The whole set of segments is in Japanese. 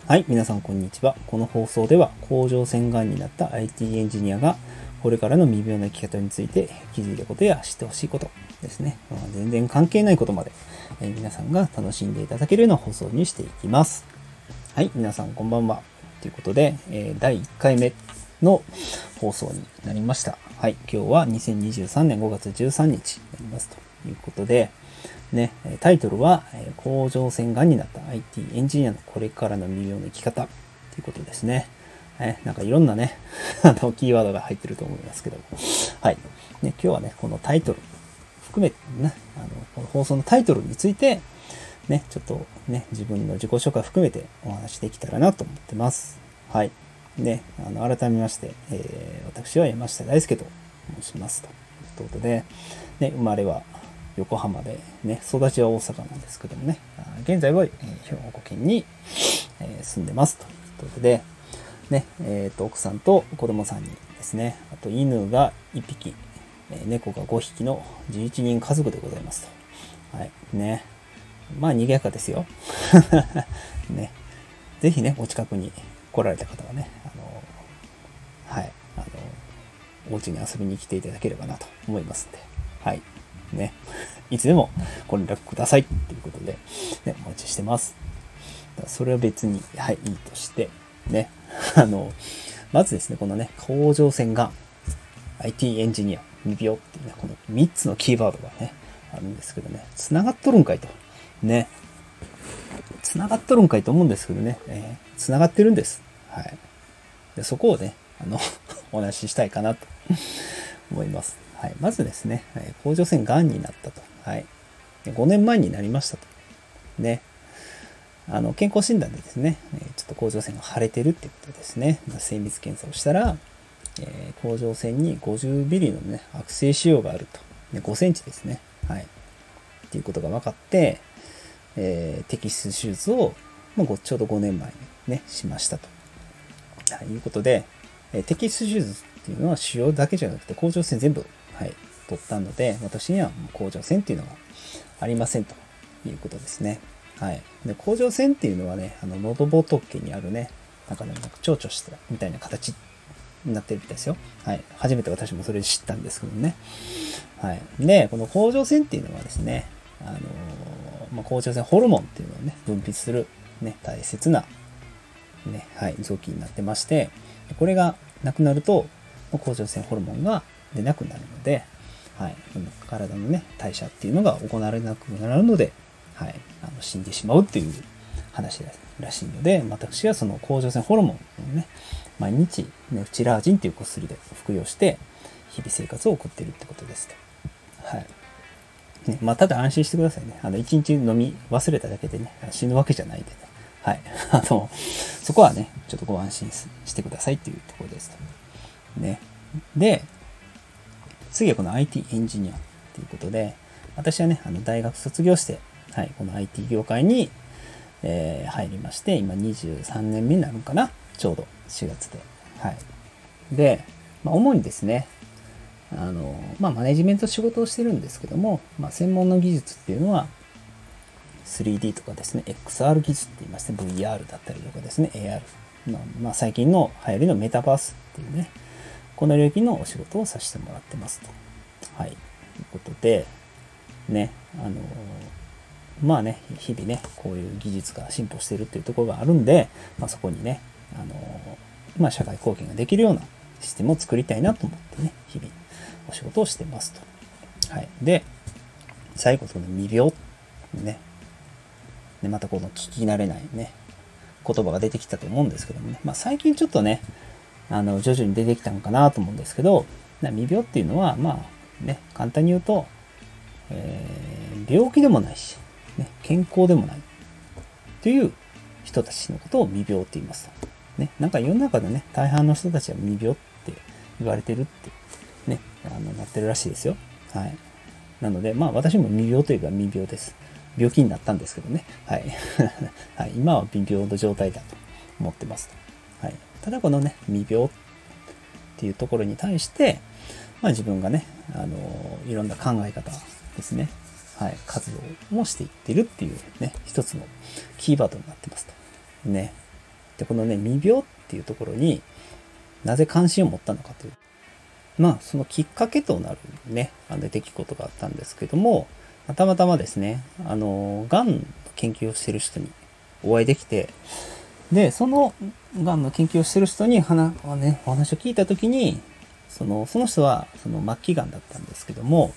はい、皆さんこんにちは。この放送では甲状腺がんになった IT エンジニアがこれからの未病の生き方について気づいたことや知ってほしいことですね。全然関係ないことまで、皆さんが楽しんでいただけるような放送にしていきます。はい、皆さんこんばんは。ということで、第1回目の放送になりました。はい、今日は2023年5月13日になりますということで、ね、タイトルは、甲状腺がんになった IT エンジニアのこれからの未病の生き方ということですね。なんかいろんなね、キーワードが入ってると思いますけども。はい。ね、今日はね、このタイトル含めてね、この放送のタイトルについて、ね、ちょっとね、自分の自己紹介含めてお話できたらなと思ってます。はい。ね、改めまして、私は山下大輔と申しますということで、ね、生まれは横浜で、ね、育ちは大阪なんですけどもね、現在は、兵庫県に、住んでますということで、ね、奥さんと子供さんにですね、あと犬が1匹、猫が5匹の11人家族でございますと。はい。ね。まあ、賑やかですよ。ね。ぜひね、お近くに来られた方はね、はい、お家に遊びに来ていただければなと思いますんで、はい。ね。いつでもご連絡くださいということで、ね、お待ちしてます。それは別に、はい、いいとして、ね。まずですね、このね、甲状腺がん、IT エンジニア、未病っていうね、この3つのキーワードがね、あるんですけどね、繋がっとるんかいと。ね。繋がっとるんかいと思うんですけどね、繋がってるんです。はい。でそこをね、お話ししたいかなと思います。はい。まずですね、甲状腺がんになったと。はい。5年前になりましたと。ね。健康診断でですね、ちょっと甲状腺が腫れてるってことですね、精密検査をしたら、甲状腺に50ミリのね、悪性腫瘍があると。5センチですね。はい。っていうことが分かって、摘出手術を、ちょうど5年前にね、しましたと。いうことで、摘出手術っていうのは腫瘍だけじゃなくて甲状腺全部、はい、取ったので、私には甲状腺っていうのがありませんということですね。はい。で、甲状腺っていうのはね、喉仏にあるね、なんか蝶々したみたいな形になってるみたいですよ。はい。初めて私もそれで知ったんですけどね。はい。で、この甲状腺っていうのはですね、甲状腺ホルモンっていうのをね、分泌するね、大切なね、はい、臓器になってまして、これがなくなると、甲状腺ホルモンが出なくなるので、はい、体のね、代謝っていうのが行われなくなるので、はい、死んでしまうっていう話らしいので、私はその甲状腺ホルモンをね、毎日、ね、ウチラージンっていう薬で服用して、日々生活を送っているってことですと。はい。ね、ただ安心してくださいね。一日飲み忘れただけでね、死ぬわけじゃないんでね。はい。そこはね、ちょっとご安心してくださいっていうところですと。ね。で、次はこの IT エンジニアっていうことで、私はね、大学卒業して、はい、この IT 業界に、入りまして、今23年目になるのかな、ちょうど4月で。はい。で、主にですね、マネジメント仕事をしてるんですけども、専門の技術っていうのは、3D とかですね、XR 技術って言いまして、VR だったりとかですね、AR。最近の流行りのメタバースっていうね、この領域のお仕事をさせてもらってますと。はい。ということで、ね、日々ね、こういう技術が進歩しているっていうところがあるんで、そこにね、社会貢献ができるようなシステムを作りたいなと思ってね、日々お仕事をしてますと。はい。で、最後、その未病ね、でまたこの聞き慣れないね、言葉が出てきたと思うんですけどもね、最近ちょっとね、徐々に出てきたのかなと思うんですけど、未病っていうのは、簡単に言うと、病気でもないし、ね、健康でもないという人たちのことを未病って言いますと。ね、なんか世の中でね、大半の人たちは未病って言われてるってね、なってるらしいですよ。はい。なので、私も未病といえば未病です。病気になったんですけどね。はい。はい、今は未病の状態だと思ってますと。はい。ただこのね、未病っていうところに対して、自分がね、いろんな考え方ですね。はい。活動もしていってるっていうね、一つのキーワードになってますと。ね。 で、このね、未病っていうところになぜ関心を持ったのかという。そのきっかけとなるね、出来事があったんですけども、たまたまですね、がんの研究をしている人にお会いできて、で、そのがんの研究をしている人にお話を聞いたときに、その人はその末期がんだったんですけども、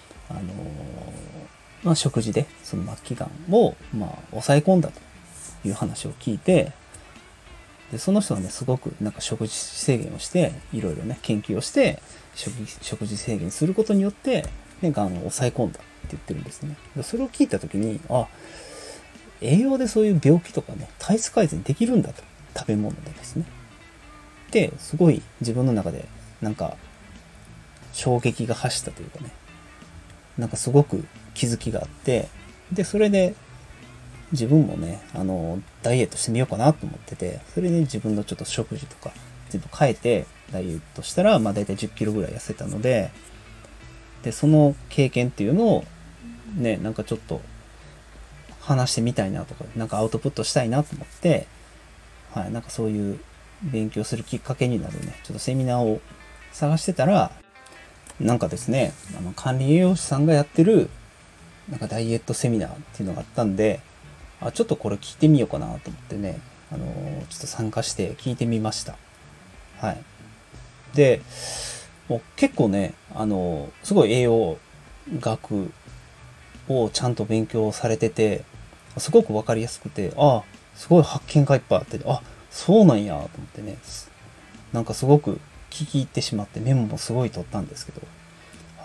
食事でその末期がんを抑え込んだという話を聞いて、でその人はね、すごく食事制限をして、いろいろね、研究をして、食事制限することによって、ね、がんを抑え込んだって言ってるんですね。でそれを聞いたときに、栄養でそういう病気とかね、体質改善できるんだと。食べ物でですね。で、すごい自分の中で、衝撃が走ったというかね、すごく気づきがあって、で、それで、自分もね、ダイエットしてみようかなと思ってて、それで自分のちょっと食事とか全部変えてダイエットしたら、だいたい10キロぐらい痩せたので、で、その経験っていうのをね、ちょっと話してみたいなとか、アウトプットしたいなと思って、はい、そういう勉強するきっかけになるね、ちょっとセミナーを探してたら、ですね、管理栄養士さんがやってる、ダイエットセミナーっていうのがあったんで、ちょっとこれ聞いてみようかなと思ってね、ちょっと参加して聞いてみました。はい。で、もう結構ね、すごい栄養学をちゃんと勉強されてて、すごくわかりやすくて、すごい発見がいっぱいあって、そうなんやと思ってね、すごく聞き入ってしまってメモもすごい取ったんですけど、はい。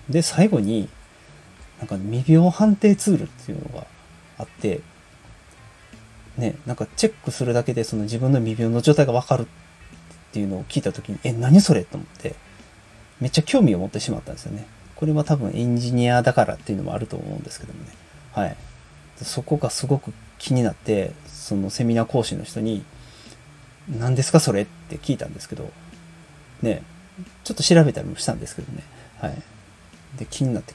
で、最後に、未病判定ツールっていうのがあって、ね、チェックするだけでその自分の未病の状態がわかるっていうのを聞いたときに、何それと思って、めっちゃ興味を持ってしまったんですよね。これは多分エンジニアだからっていうのもあると思うんですけどもね。はい。そこがすごく気になって、そのセミナー講師の人に、何ですかそれって聞いたんですけど、ね、ちょっと調べたりもしたんですけどね。はい。で、気になって、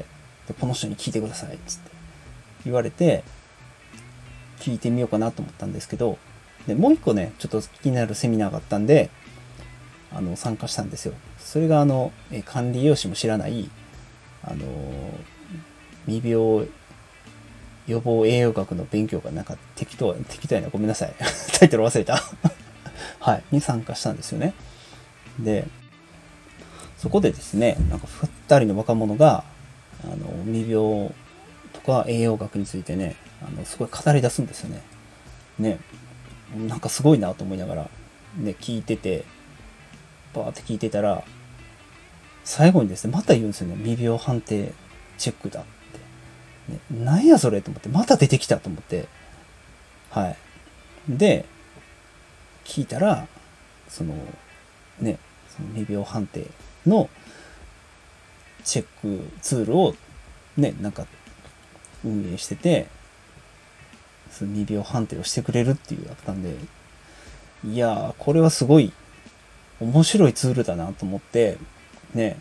でこの人に聞いてくださいっつって言われて、聞いてみようかなと思ったんですけど、で、もう一個ね、ちょっと気になるセミナーがあったんで、参加したんですよ。それが管理栄養士も知らない、未病予防栄養学の勉強が適当やな、ごめんなさい。タイトル忘れた。はい、に参加したんですよね。で、そこでですね、二人の若者が、未病とか栄養学についてね、すごい語り出すんですよね。ね、すごいなと思いながら、ね、聞いてて、バーって聞いてたら、最後にですね、また言うんですよね。未病判定チェックだって。ね、なんやそれと思って、また出てきたと思って。はい。で、聞いたら、その未病判定のチェックツールをね、運営してて、その未病判定をしてくれるっていうやったんで、いやー、これはすごい面白いツールだなと思って、ね、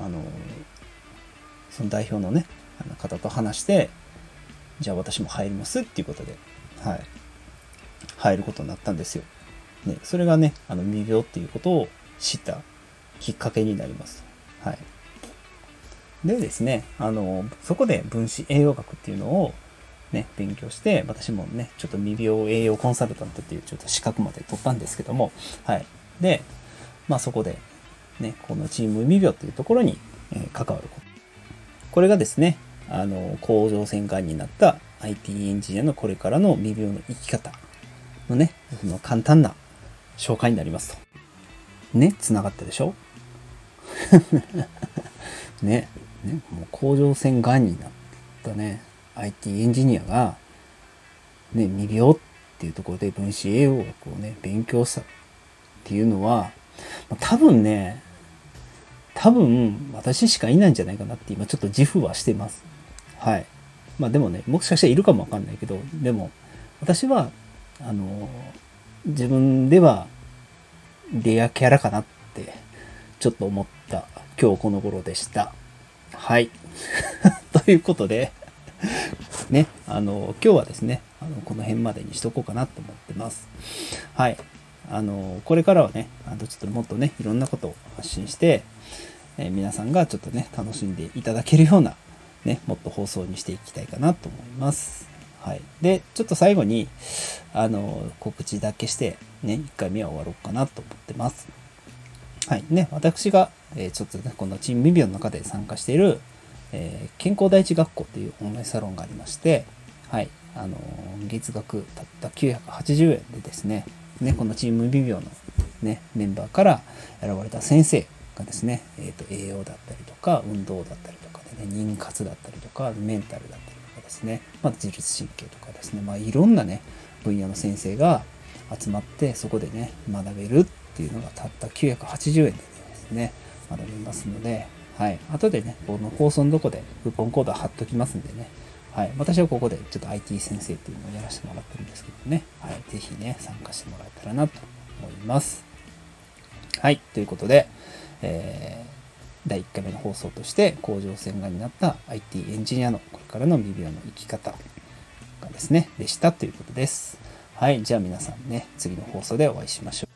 その代表のね、方と話して、じゃあ私も入りますっていうことで、はい、入ることになったんですよ。ね、それがね、未病っていうことを知ったきっかけになります。はい。でですね、そこで分子栄養学っていうのをね、勉強して、私もね、ちょっと未病栄養コンサルタントっていうちょっと資格まで取ったんですけども、はい。で、そこで、ね、このチーム未病っていうところに、関わること。これがですね、甲状腺がんになった IT エンジニアのこれからの未病の生き方のね、その簡単な紹介になりますと。ね、繋がったでしょね、もう甲状腺がんになったね、IT エンジニアが、ね、未病っていうところで分子栄養学をね、勉強したっていうのは、多分私しかいないんじゃないかなって今ちょっと自負はしてます。はい。でもね、もしかしたらいるかもわかんないけど、でも、私は、自分ではレアキャラかなって、ちょっと思った今日この頃でした。はい。ということで、ね、今日はですね、 この辺までにしとこうかなと思ってます。はい。これからはね、ちょっともっとね、いろんなことを発信して、皆さんがちょっとね、楽しんでいただけるような、ね、もっと放送にしていきたいかなと思います。はい。で、ちょっと最後に、告知だけして、ね、1回目は終わろうかなと思ってます。はい。ね、私が、ちょっとね、このチームミビオの中で参加している、健康第一学校というオンラインサロンがありまして、はい。月額たった980円でですね、このチームミビオのね、メンバーから選ばれた先生がですね、栄養だったりとか、運動だったりとかでね、妊活だったりとか、メンタルだったりとかですね、自律神経とかですね、いろんなね、分野の先生が集まって、そこでね、学べるっていうのがたった980円でですね、学べますので、はい。後でね、この放送のとこでクーポンコード貼っときますんでね、はい。私はここでちょっと IT 先生っていうのをやらせてもらってるんですけどね、はい。ぜひね、参加してもらえたらなと思います。はい。ということで、第1回目の放送として甲状腺がんになった IT エンジニアのこれからの微病の生き方がですね、でしたということです。はい。じゃあ皆さんね、次の放送でお会いしましょう。